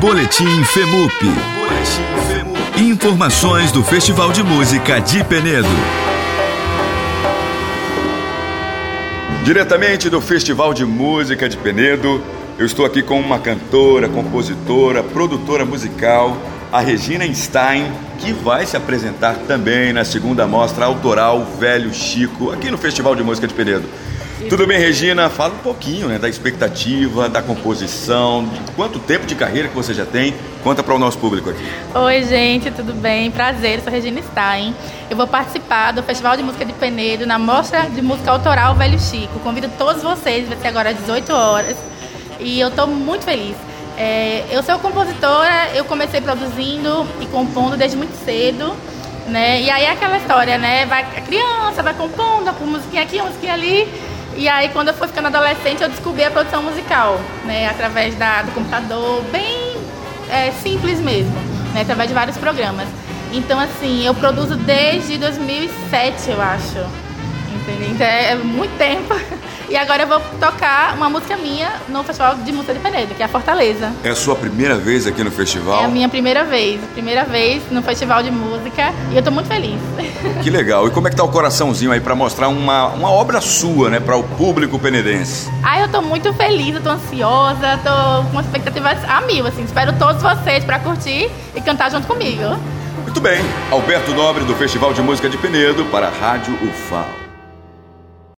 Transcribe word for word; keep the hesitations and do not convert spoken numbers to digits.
Boletim FEMUP. Boletim FEMUP. Informações do Festival de Música de Penedo. Diretamente do Festival de Música de Penedo, eu estou aqui com uma cantora, compositora, produtora musical, a Regina Stein, que vai se apresentar também na segunda mostra autoral Velho Chico, aqui no Festival de Música de Penedo. Tudo bem, Regina? Fala um pouquinho, né, da expectativa, da composição, de quanto tempo de carreira que você já tem. Conta para o nosso público aqui. Oi, gente, tudo bem? Prazer, eu sou a Regina Stein. Eu vou participar do Festival de Música de Penedo na Mostra de Música Autoral Velho Chico. Convido todos vocês, vai ser agora às dezoito horas. E eu estou muito feliz. É, eu sou compositora, eu comecei produzindo e compondo desde muito cedo. Né? E aí é aquela história, né? Vai, a criança vai compondo, uma musiquinha aqui, uma musiquinha ali. E aí, quando eu fui ficando adolescente, eu descobri a produção musical, né, através da, do computador, bem é, simples mesmo, né, através de vários programas. Então, assim, eu produzo desde dois mil e sete, eu acho, entendeu? Então, é, é muito tempo. E agora eu vou tocar uma música minha no Festival de Música de Penedo, que é a Fortaleza. É a sua primeira vez aqui no festival? É a minha primeira vez, primeira vez no Festival de Música, e eu tô muito feliz. Que legal. E como é que tá o coraçãozinho aí para mostrar uma, uma obra sua, né, para o público penedense? Ah, eu tô muito feliz, eu tô ansiosa, tô com uma expectativa a mil, assim. Espero todos vocês para curtir e cantar junto comigo. Muito bem. Alberto Nobre, do Festival de Música de Penedo, para a Rádio U F A O.